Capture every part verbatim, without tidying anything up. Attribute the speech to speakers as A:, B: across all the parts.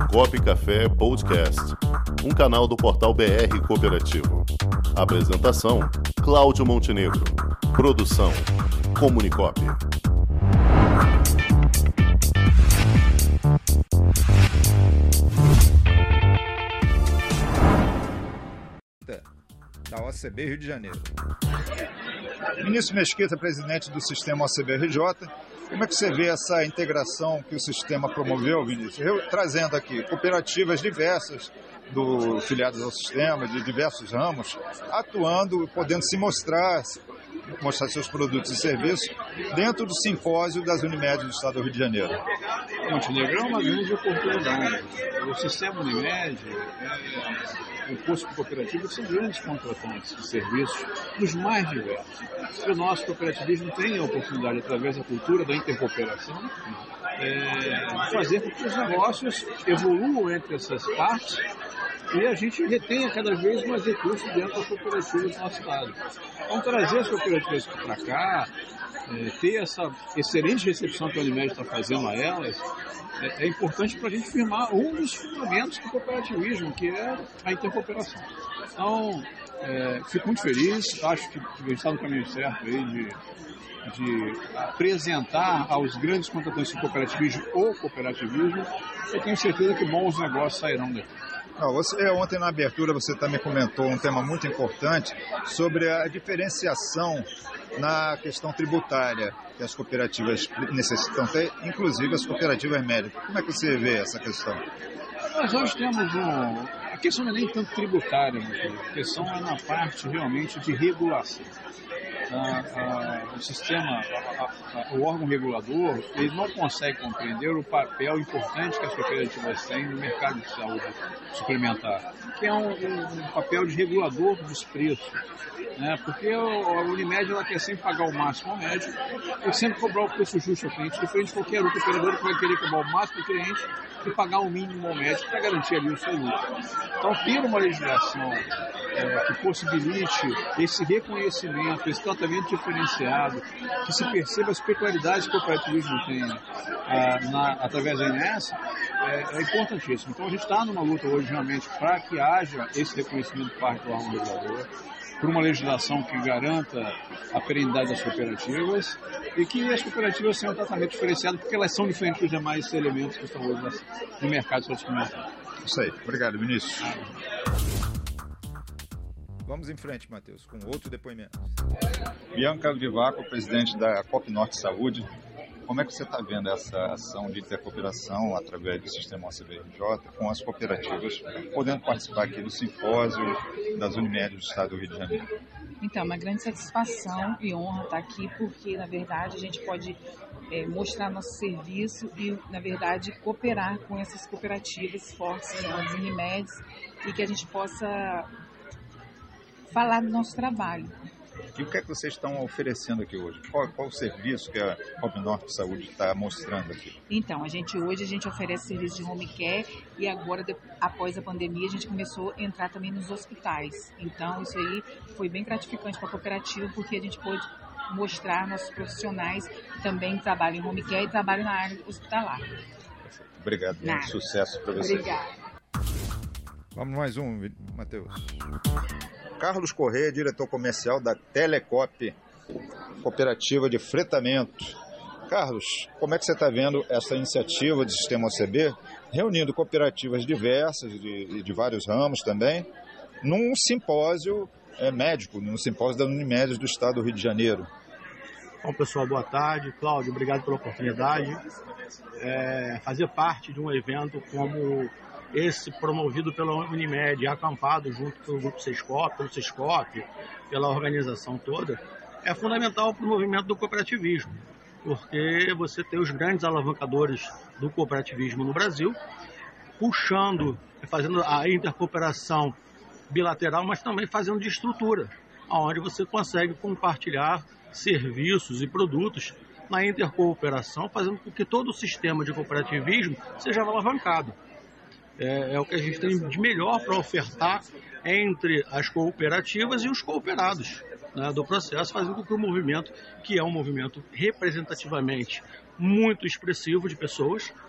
A: Copa Café Podcast, um canal do portal B R Cooperativo. Apresentação, Cláudio Montenegro. Produção, Comunicop.
B: Da O C B Rio de Janeiro. Vinícius Mesquita, presidente do sistema O C B R J. Como é que você vê essa integração que o sistema promoveu, Vinícius? Eu, trazendo aqui cooperativas diversas do filiadas ao sistema, de diversos ramos, atuando, podendo se mostrar, mostrar seus produtos e serviços dentro do simpósio das Unimed do Estado do Rio de Janeiro.
C: Montenegro é uma grande oportunidade. O sistema Unimed é, o posto de cooperativa são grandes contratantes de serviços dos mais diversos. E o nosso cooperativismo tem a oportunidade, através da cultura da intercooperação, é, fazer com que os negócios evoluam entre essas partes e a gente retenha cada vez mais recursos dentro das cooperativas do nosso estado. Então, trazer as cooperativas para cá, é, ter essa excelente recepção que a Unimed está fazendo a elas, é, é importante para a gente firmar um dos fundamentos do cooperativismo, que é a intercooperação. Então, é, fico muito feliz, acho que a gente está no caminho certo aí de, de apresentar aos grandes contratantes do cooperativismo o cooperativismo. Eu tenho certeza que bons negócios sairão daqui.
B: Não, você, ontem na abertura você também comentou um tema muito importante sobre a diferenciação na questão tributária que as cooperativas necessitam ter, inclusive as cooperativas médicas. Como é que você vê essa questão?
C: Nós hoje temos um... A questão não é nem tanto tributária, a questão é na parte realmente de regulação. Ah, ah, o sistema, ah, ah, o órgão regulador, ele não consegue compreender o papel importante que as cooperativas têm no mercado de saúde suplementar, que é um, um, um papel de regulador dos preços, né? Porque a Unimed ela quer sempre pagar o máximo ao médico e sempre cobrar o preço justo ao cliente, diferente de qualquer outro operador que vai querer cobrar o máximo ao cliente e pagar o mínimo ao médico para garantir ali o seu lucro. Então, ter uma legislação é, que possibilite esse reconhecimento, esse tratamento diferenciado, que se perceba as peculiaridades que o cooperativismo tem ah, na, através da I N S, é, é importantíssimo. Então, a gente está numa luta hoje realmente para que haja esse reconhecimento por parte do órgão regulador, por uma legislação que garanta a perenidade das cooperativas e que as cooperativas tenham um tratamento diferenciado, porque elas são diferentes dos demais elementos que estão hoje no mercado de suplementar.
B: Isso aí. Obrigado, Vinícius. Vamos em frente, Matheus, com outro depoimento. Bianca Vivaco, presidente da Coop Norte Saúde. Como é que você está vendo essa ação de intercooperação através do sistema O C B R J com as cooperativas, podendo participar aqui do simpósio das Unimed do Estado do Rio de Janeiro?
D: Então, uma grande satisfação e honra estar aqui, porque, na verdade, a gente pode é, mostrar nosso serviço e, na verdade, cooperar com essas cooperativas fortes, que são as Unimedes, e que a gente possa falar do nosso trabalho.
B: E o que é que vocês estão oferecendo aqui hoje? Qual, qual o serviço que a Coop Norte Saúde está mostrando aqui?
D: Então, a gente hoje a gente oferece serviço de home care e agora, de, após a pandemia, a gente começou a entrar também nos hospitais. Então, isso aí foi bem gratificante para a cooperativa, porque a gente pôde mostrar nossos profissionais que também trabalham em home care e trabalham na área hospitalar.
B: Obrigado, muito sucesso para vocês.
D: Obrigada.
B: Vamos mais um, Matheus. Carlos Corrêa, diretor comercial da Telecop, cooperativa de fretamento. Carlos, como é que você está vendo essa iniciativa do Sistema O C B, reunindo cooperativas diversas, de, de vários ramos também, num simpósio é, médico, num simpósio da Unimed do Estado do Rio de Janeiro?
E: Bom, pessoal, boa tarde. Cláudio, obrigado pela oportunidade. É, fazer parte de um evento como esse promovido pela Unimed, acampado junto pelo Grupo Sescop, pelo Sescop, pela organização toda, é fundamental para o movimento do cooperativismo, porque você tem os grandes alavancadores do cooperativismo no Brasil, puxando, fazendo a intercooperação bilateral, mas também fazendo de estrutura, onde você consegue compartilhar serviços e produtos na intercooperação, fazendo com que todo o sistema de cooperativismo seja alavancado. É, é o que a gente tem de melhor para ofertar entre as cooperativas e os cooperados, né, do processo, fazendo com que o movimento, que é um movimento representativamente muito expressivo de pessoas,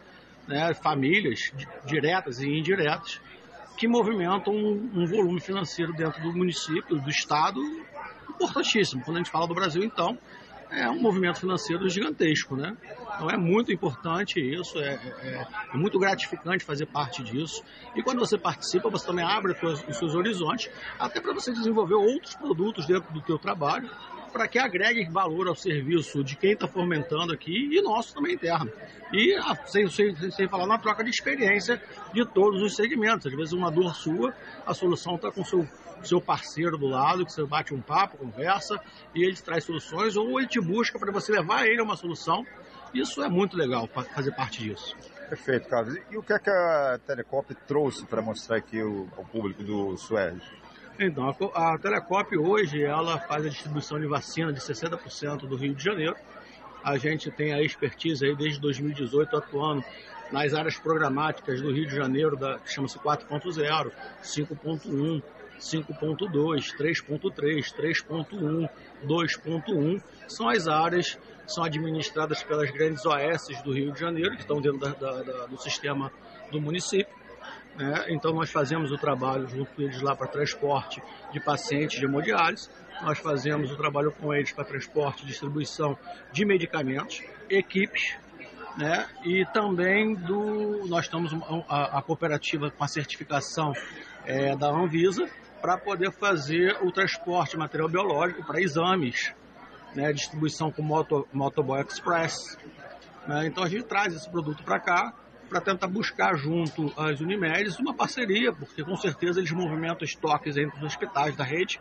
E: né, famílias diretas e indiretas, que movimentam um, um volume financeiro dentro do município, do estado, importantíssimo. Quando a gente fala do Brasil, então, é um movimento financeiro gigantesco, né? Então é muito importante isso, é, é, é muito gratificante fazer parte disso. E quando você participa, você também abre os seus horizontes, até para você desenvolver outros produtos dentro do teu trabalho, para que agregue valor ao serviço de quem está fomentando aqui e nosso também interno. E sem, sem, sem falar na troca de experiência de todos os segmentos. Às vezes uma dor sua, a solução está com o seu, seu parceiro do lado, que você bate um papo, conversa, e ele traz soluções, ou ele te busca para você levar ele a uma solução. Isso é muito legal, fazer parte disso.
B: Perfeito, Carlos. E o que, é que a Telecop trouxe para mostrar aqui ao, ao público do Suerge?
E: Então, a, a Telecop hoje, ela faz a distribuição de vacina de sessenta por cento do Rio de Janeiro. A gente tem a expertise aí desde dois mil e dezoito atuando nas áreas programáticas do Rio de Janeiro, da, que chama-se quatro ponto zero, cinco ponto um, cinco ponto dois, três ponto três, três ponto um, dois ponto um. São as áreas que são administradas pelas grandes O S do Rio de Janeiro, que estão dentro da, da, da, do sistema do município. É, então nós fazemos o trabalho junto com eles lá para transporte de pacientes de hemodiálise, nós fazemos o trabalho com eles para transporte e distribuição de medicamentos, equipes, né, e também do, nós estamos a, a cooperativa com a certificação é, da Anvisa para poder fazer o transporte de material biológico para exames, né, distribuição com moto, Motoboy Express. Né, então a gente traz esse produto para cá, para tentar buscar junto às Unimedes uma parceria, porque com certeza eles movimentam estoques entre os hospitais da rede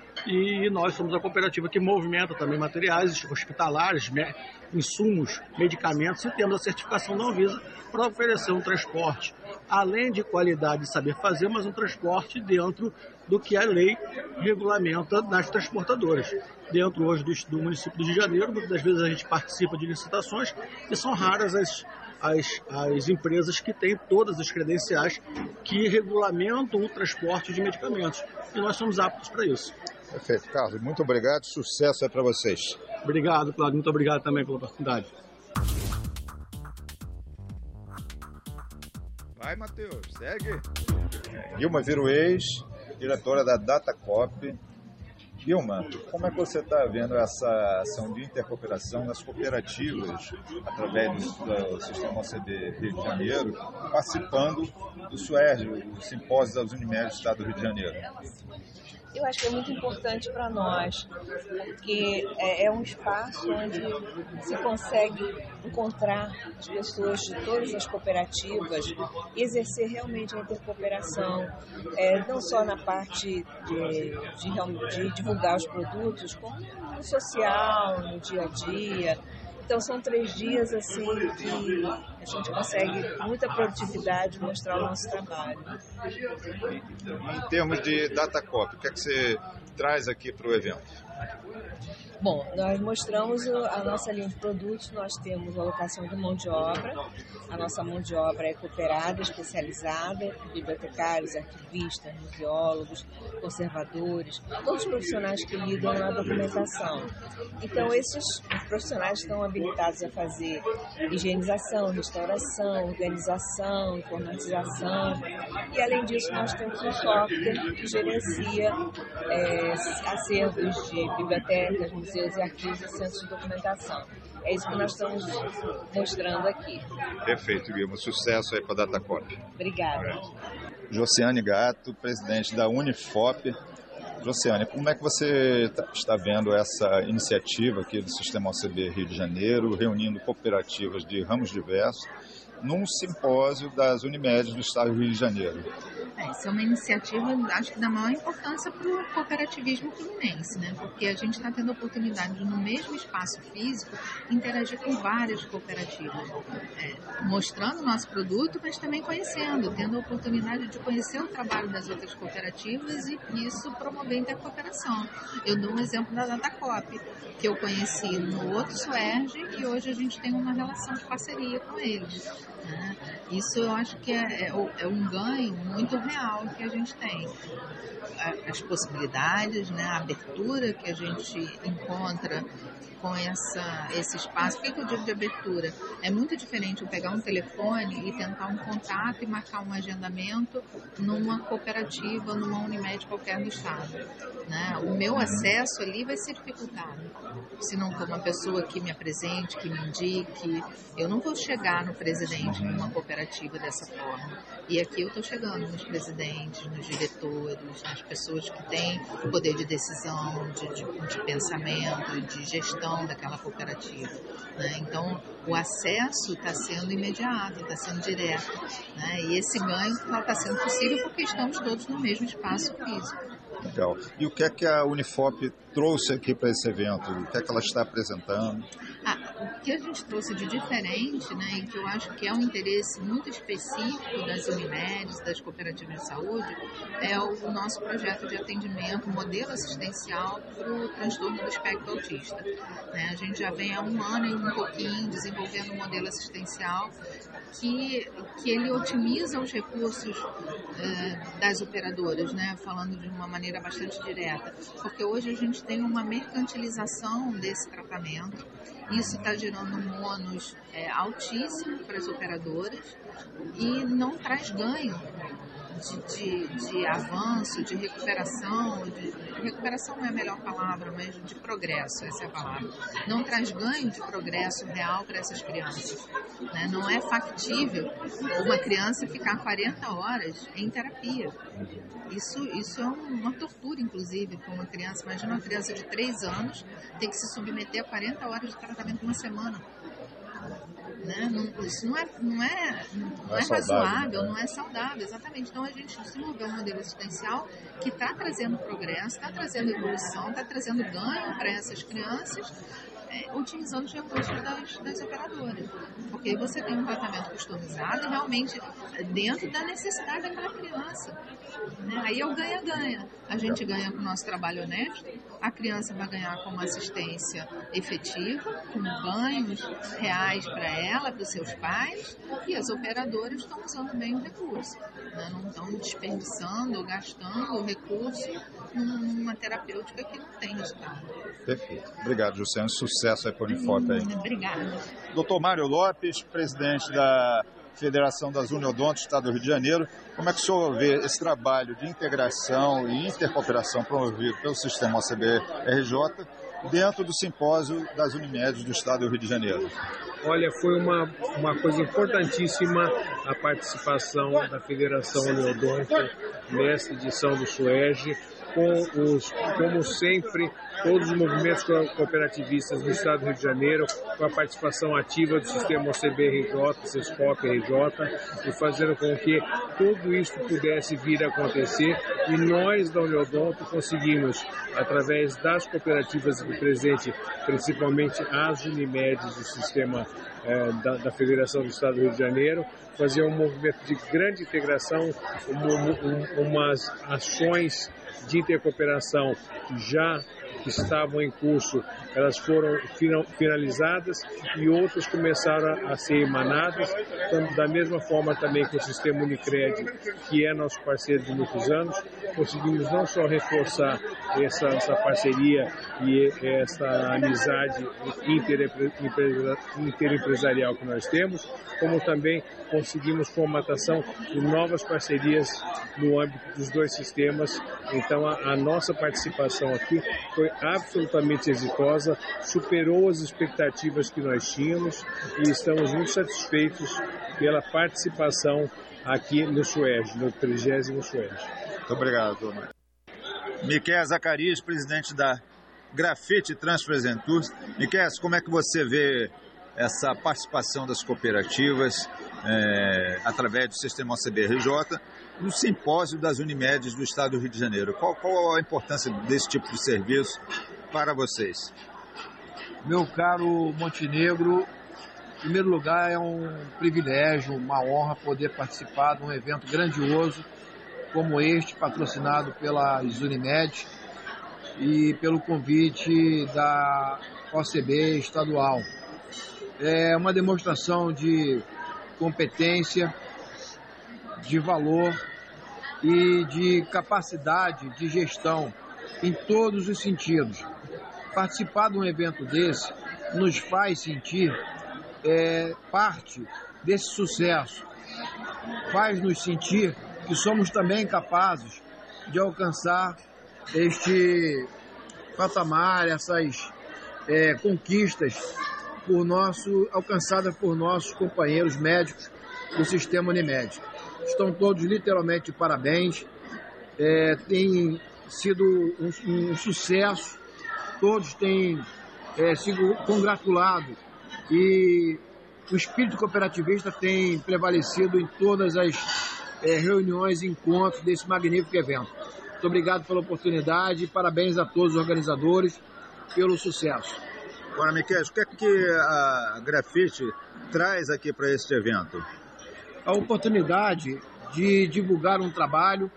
E: e nós somos a cooperativa que movimenta também materiais hospitalares, me, insumos, medicamentos e temos a certificação da Anvisa para oferecer um transporte, além de qualidade e saber fazer, mas um transporte dentro do que a lei regulamenta nas transportadoras. Dentro hoje do, do município do Rio de Janeiro, muitas das vezes a gente participa de licitações e são raras as As, as empresas que têm todas as credenciais que regulamentam o transporte de medicamentos. E nós somos aptos para isso.
B: Perfeito, Carlos. Muito obrigado. Sucesso aí para vocês.
E: Obrigado, Cláudio. Muito obrigado também pela oportunidade.
B: Vai, Matheus. Segue. Ilma Viruês, diretora da Datacop. Ilma, como é que você está vendo essa ação de intercooperação nas cooperativas, através do, do Sistema O C B Rio de Janeiro, participando do Suerge, o Simpósio das Unimedes do Estado do Rio de Janeiro?
F: Eu acho que é muito importante para nós, porque é, é um espaço onde se consegue encontrar as pessoas de todas as cooperativas e exercer realmente a intercooperação, é, não só na parte de, de, de divulgar os produtos, como no social, no dia a dia. Então são três dias assim que a gente consegue muita produtividade mostrar o nosso trabalho.
B: Em termos de Datacop, o que é que você traz aqui para o evento?
F: Bom, nós mostramos a nossa linha de produtos, nós temos a alocação de mão de obra, a nossa mão de obra é cooperada, especializada, bibliotecários, arquivistas, museólogos, conservadores, todos os profissionais que lidam na documentação. Então, esses profissionais estão habilitados a fazer higienização, restauração, organização, informatização, e além disso nós temos um software que gerencia é, acervos de bibliotecas, museus e arquivos e centros de documentação. É isso que nós estamos mostrando aqui.
B: Perfeito, Guilherme. Sucesso aí para a Datacop.
F: Obrigada.
B: Josiane Gato, presidente da Unifop. Josiane, como é que você está vendo essa iniciativa aqui do Sistema O C B Rio de Janeiro, reunindo cooperativas de ramos diversos, num simpósio das Unimedes do Estado do Rio de Janeiro?
G: É, isso é uma iniciativa, acho que da maior importância para o cooperativismo fluminense, né? Porque a gente está tendo a oportunidade de, no mesmo espaço físico, interagir com várias cooperativas, é, mostrando o nosso produto, mas também conhecendo, tendo a oportunidade de conhecer o trabalho das outras cooperativas e isso promover a intercooperação. Eu dou um exemplo da Datacop, que eu conheci no outro Suerge e hoje a gente tem uma relação de parceria com eles. Né? Isso eu acho que é, é, é um ganho muito real que a gente tem. As possibilidades, né, a abertura que a gente encontra com essa, esse espaço. Por que, que eu digo de abertura? É muito diferente eu pegar um telefone e tentar um contato e marcar um agendamento numa cooperativa, numa Unimed qualquer do estado, né? O meu acesso ali vai ser dificultado. Se não for uma pessoa que me apresente, que me indique, eu não vou chegar no presidente de uma cooperativa dessa forma. E aqui eu estou chegando nos presidentes, nos diretores, nas pessoas que têm poder de decisão, de, de, de pensamento, de gestão daquela cooperativa, né? Então, o acesso está sendo imediato, está sendo direto, né? E esse ganho está sendo possível porque estamos todos no mesmo espaço físico.
B: Legal. E o que é que a Unifop trouxe aqui para esse evento? O que é que ela está apresentando?
G: Ah, o que a gente trouxe de diferente, né, e que eu acho que é um interesse muito específico das Unimedes, das cooperativas de saúde, é o nosso projeto de atendimento, modelo assistencial para o transtorno do espectro autista. Né? A gente já vem há um ano e um pouquinho desenvolvendo um modelo assistencial que, que ele otimiza os recursos eh, das operadoras, né, falando de uma maneira bastante direta, porque hoje a gente tem uma mercantilização desse tratamento. Isso está gerando um ônus é, altíssimo para as operadoras e não traz ganho de, de, de avanço, de recuperação, de, recuperação não é a melhor palavra, mas de progresso, essa é a palavra. Não traz ganho de progresso real para essas crianças. Né? Não é factível uma criança ficar quarenta horas em terapia. Isso, isso é uma tortura, inclusive, para uma criança. Imagina uma criança de três anos ter que se submeter a quarenta horas de tratamento uma semana. Né? Não, isso não é, não é, não
B: não
G: é,
B: é
G: razoável,
B: né?
G: Não é saudável, exatamente. Então a gente desenvolveu um modelo assistencial que está trazendo progresso, está trazendo evolução, está trazendo ganho para essas crianças, é, otimizando os recursos das, das operadoras. Porque aí você tem um tratamento customizado e realmente dentro da necessidade daquela criança. Né? Aí é o ganha-ganha. A gente ganha com o nosso trabalho honesto, a criança vai ganhar com uma assistência efetiva, com ganhos reais para ela, para os seus pais, e as operadoras estão usando bem o recurso. Né? Não estão desperdiçando ou gastando o recurso numa terapêutica que não tem resultado.
B: Perfeito. Obrigado, Jussiane. Sucesso aí para a Unifop aí.
G: Obrigada.
B: doutor Mário Lopes, presidente da Federação das Uniodontos do Estado do Rio de Janeiro. Como é que o senhor vê esse trabalho de integração e intercooperação promovido pelo sistema O C B R J dentro do simpósio das Unimedes do Estado do Rio de Janeiro?
H: Olha, foi uma, uma coisa importantíssima a participação da Federação Uniodonto nesta edição do SUERJ, com os, como sempre, todos os movimentos cooperativistas do Estado do Rio de Janeiro, com a participação ativa do sistema O C B R J, SESCOP R J, e fazendo com que tudo isso pudesse vir a acontecer. E nós, da Uniodonto, conseguimos, através das cooperativas aqui presentes, principalmente as Unimedes do sistema eh, da, da Federação do Estado do Rio de Janeiro, fazer um movimento de grande integração, um, um, umas ações de intercooperação que já estavam em curso, elas foram finalizadas e outras começaram a ser emanadas, da mesma forma também que o sistema Unicred, que é nosso parceiro de muitos anos, conseguimos não só reforçar essa, essa parceria e essa amizade interempresarial que nós temos, como também conseguimos formatação de novas parcerias no âmbito dos dois sistemas. Então a, a nossa participação aqui foi absolutamente exitosa, superou as expectativas que nós tínhamos e estamos muito satisfeitos pela participação aqui no SUERJ, no trigésimo SUERJ.
B: Muito obrigado, doutor. Miquel Zacarias, presidente da Grafite Transpresentus. Miquel, como é que você vê essa participação das cooperativas é, através do sistema O C B R J no simpósio das Unimedes do Estado do Rio de Janeiro? Qual, qual a importância desse tipo de serviço para vocês?
I: Meu caro Montenegro, em primeiro lugar é um privilégio, uma honra poder participar de um evento grandioso como este, patrocinado pelas Unimed e pelo convite da O C B estadual. É uma demonstração de competência, de valor e de capacidade de gestão em todos os sentidos. participar de um evento desse nos faz sentir é, parte desse sucesso, faz nos sentir que somos também capazes de alcançar este patamar, essas é, conquistas por nosso, alcançadas por nossos companheiros médicos do Sistema Unimed. Estão todos literalmente de parabéns, é, tem sido um, um sucesso, todos têm é, sido congratulados e o espírito cooperativista tem prevalecido em todas as é, reuniões e encontros desse magnífico evento. Muito obrigado pela oportunidade e parabéns a todos os organizadores pelo sucesso.
B: Agora, Miquel, o que é que a Grafite traz aqui para este evento?
I: A oportunidade de divulgar um trabalho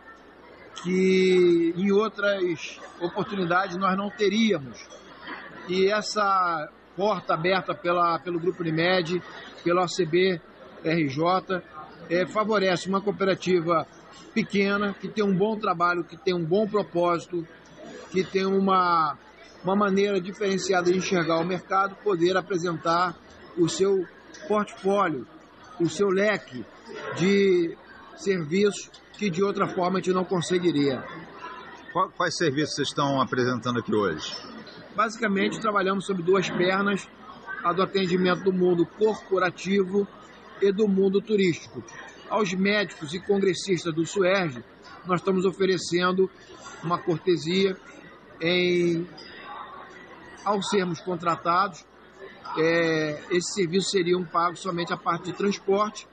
I: que em outras oportunidades nós não teríamos. E essa porta aberta pela, pelo Grupo Unimed, pela O C B R J, é, favorece uma cooperativa pequena, que tem um bom trabalho, que tem um bom propósito, que tem uma, uma maneira diferenciada de enxergar o mercado, poder apresentar o seu portfólio, o seu leque de serviços que de outra forma a gente não conseguiria.
B: Quais serviços vocês estão apresentando aqui hoje?
I: Basicamente, trabalhamos sobre duas pernas, a do atendimento do mundo corporativo e do mundo turístico. Aos médicos e congressistas do SUERJ, nós estamos oferecendo uma cortesia em, ao sermos contratados, é, esses serviços seriam pagos somente a parte de transporte,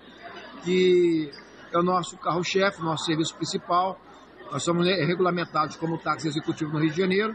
I: que é o nosso carro-chefe, nosso serviço principal. Nós somos regulamentados como táxi executivo no Rio de Janeiro.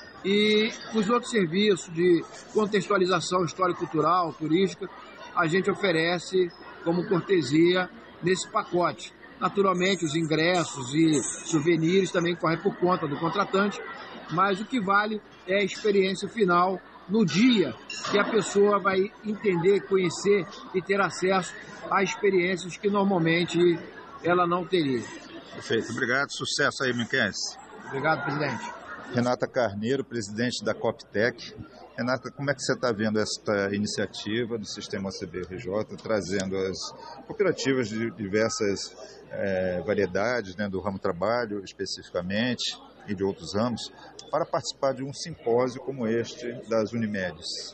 I: E os outros serviços de contextualização histórico-cultural, turística, a gente oferece como cortesia nesse pacote. Naturalmente, os ingressos e souvenirs também correm por conta do contratante, mas o que vale é a experiência final no dia que a pessoa vai entender, conhecer e ter acesso a experiências que normalmente ela não teria.
B: Perfeito. Obrigado. Sucesso aí, Miquel.
I: Obrigado, presidente.
B: Renata Carneiro, presidente da Coptec. Renata, como é que você está vendo esta iniciativa do Sistema O C B R J, trazendo as cooperativas de diversas é, variedades, né, do ramo trabalho especificamente e de outros ramos, para participar de um simpósio como este das Unimedes?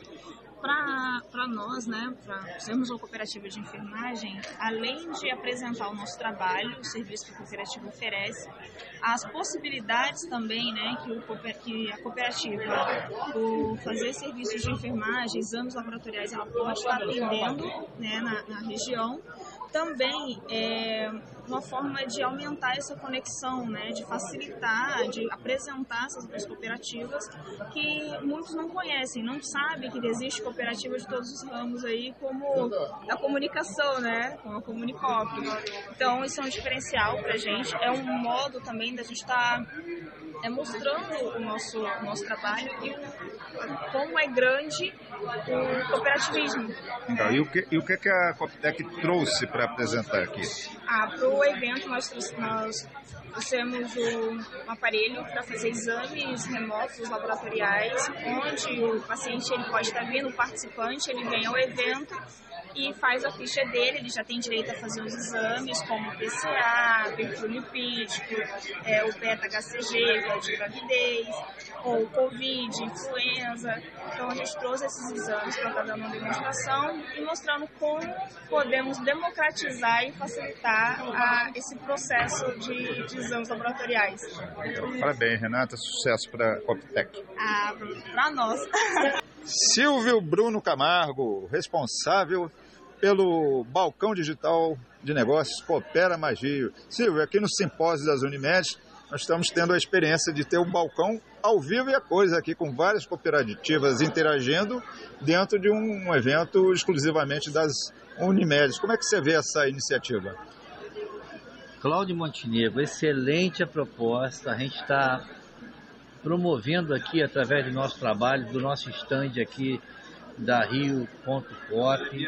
J: Para nós, né, para sermos uma cooperativa de enfermagem, além de apresentar o nosso trabalho, o serviço que a cooperativa oferece, as possibilidades também, né, que, o, que a cooperativa, por fazer serviços de enfermagem, exames laboratoriais, ela pode estar atendendo, né, na, na região, também é uma forma de aumentar essa conexão, né, de facilitar, de apresentar essas cooperativas que muitos não conhecem, não sabem que existe cooperativa de todos os ramos aí, como a comunicação, né, como a Comunicop. Então, isso é um diferencial para a gente, é um modo também da gente estar tá, é, mostrando o nosso, o nosso trabalho e o, como é grande o cooperativismo.
B: Então, e o que, e o que, que a Coptec trouxe para apresentar aqui?
J: Ah, para o evento nós, nós trouxemos um aparelho para fazer exames remotos laboratoriais, onde o paciente ele pode estar vindo, o participante ele vem ao evento e faz a ficha dele, ele já tem direito a fazer os exames como P C A, perfil lipídico, é, o beta-H C G, que é de gravidez, ou Covid, influenza. Então a gente trouxe esses exames para estar dando uma demonstração e mostrando como podemos democratizar e facilitar a, esse processo de, de exames laboratoriais.
B: Então, parabéns, Renata, sucesso para a Coptec.
J: Ah, para nós.
B: Silvio Bruno Camargo, responsável pelo balcão digital de negócios Coopera Mais Rio. Silvio, aqui no simpósio das Unimed, nós estamos tendo a experiência de ter um balcão ao vivo e a coisa aqui, com várias cooperativas interagindo dentro de um evento exclusivamente das Unimedes. Como é que você vê essa iniciativa?
K: Cláudio Montenegro, excelente a proposta. A gente está promovendo aqui, através do nosso trabalho, do nosso stand aqui da Rio ponto Coop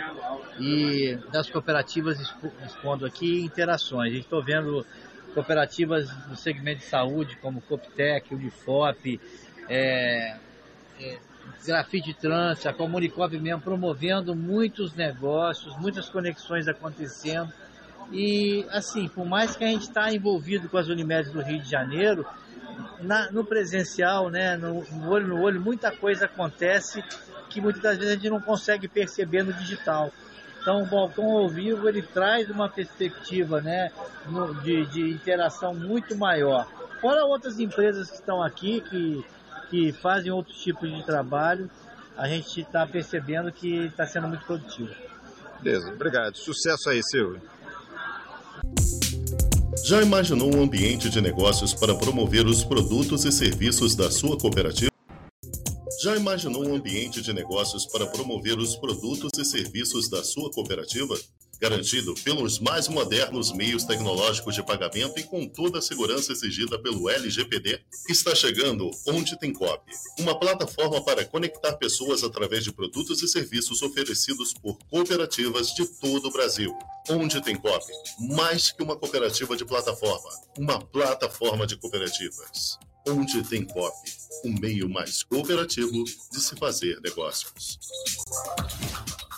K: e das cooperativas expondo aqui interações. A gente está vendo cooperativas do segmento de saúde, como Coptec, Unifop, é, é, Grafite Trans, a Comunicop mesmo, promovendo muitos negócios, muitas conexões acontecendo. E, assim, por mais que a gente está envolvido com as Unimedes do Rio de Janeiro, na, no presencial, né, no, no olho no olho, muita coisa acontece que muitas das vezes a gente não consegue perceber no digital. Então, o balcão ao vivo, ele traz uma perspectiva, né, no, de, de interação muito maior. Fora outras empresas que estão aqui, que, que fazem outros tipos de trabalho, a gente está percebendo que está sendo muito produtivo.
B: Beleza, obrigado. Sucesso aí, Silvio.
A: Já imaginou um ambiente de negócios para promover os produtos e serviços da sua cooperativa? Já imaginou um ambiente de negócios para promover os produtos e serviços da sua cooperativa? Garantido pelos mais modernos meios tecnológicos de pagamento e com toda a segurança exigida pelo L G P D, está chegando Onde Tem Coop, uma plataforma para conectar pessoas através de produtos e serviços oferecidos por cooperativas de todo o Brasil. Onde Tem Coop, mais que uma cooperativa de plataforma, uma plataforma de cooperativas. Onde Tem Coop, o meio mais cooperativo de se fazer negócios.